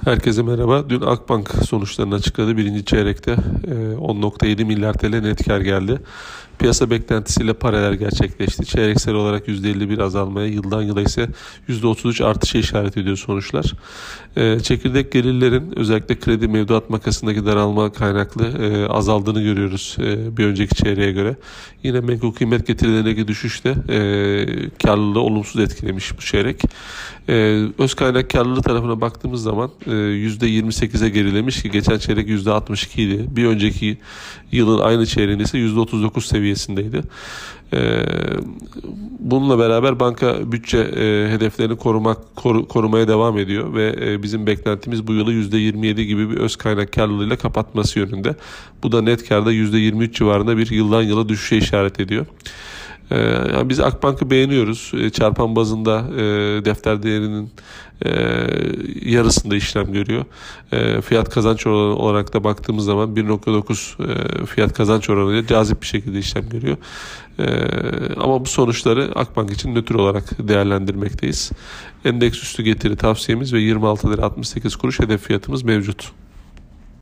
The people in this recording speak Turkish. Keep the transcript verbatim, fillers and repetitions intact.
Herkese merhaba. Dün Akbank sonuçlarını açıkladı. Birinci çeyrekte on nokta yedi milyar T L net kar geldi. Piyasa beklentisiyle paralel gerçekleşti. Çeyreksel olarak yüzde elli bir azalmaya, yıldan yıla ise yüzde otuz üç artışa işaret ediyor sonuçlar. Çekirdek gelirlerin özellikle kredi mevduat makasındaki daralma kaynaklı azaldığını görüyoruz bir önceki çeyreğe göre. Yine menkul kıymet getirilerindeki düşüş de karlılığı olumsuz etkilemiş bu çeyrek. Öz kaynak karlılığı tarafına baktığımız zaman yüzde yirmi sekize gerilemiş ki geçen çeyrek yüzde altmış iki idi. Bir önceki yılın aynı çeyreğinde ise yüzde otuz dokuz seviyesindeydi. Bununla beraber banka bütçe hedeflerini korumak koru, korumaya devam ediyor ve bizim beklentimiz bu yılı yüzde yirmi yedi gibi bir öz kaynak karlılığıyla kapatması yönünde. Bu da net karda yüzde yirmi üç civarında bir yıldan yıla düşüşe işaret ediyor. Yani biz Akbank'ı beğeniyoruz. Çarpan bazında e, defter değerinin e, yarısında işlem görüyor. E, fiyat kazanç oranı olarak da baktığımız zaman bir nokta dokuz e, fiyat kazanç oranıyla cazip bir şekilde işlem görüyor. E, ama bu sonuçları Akbank için nötr olarak değerlendirmekteyiz. Endeks üstü getiri tavsiyemiz ve yirmi altı lira altmış sekiz kuruş hedef fiyatımız mevcut.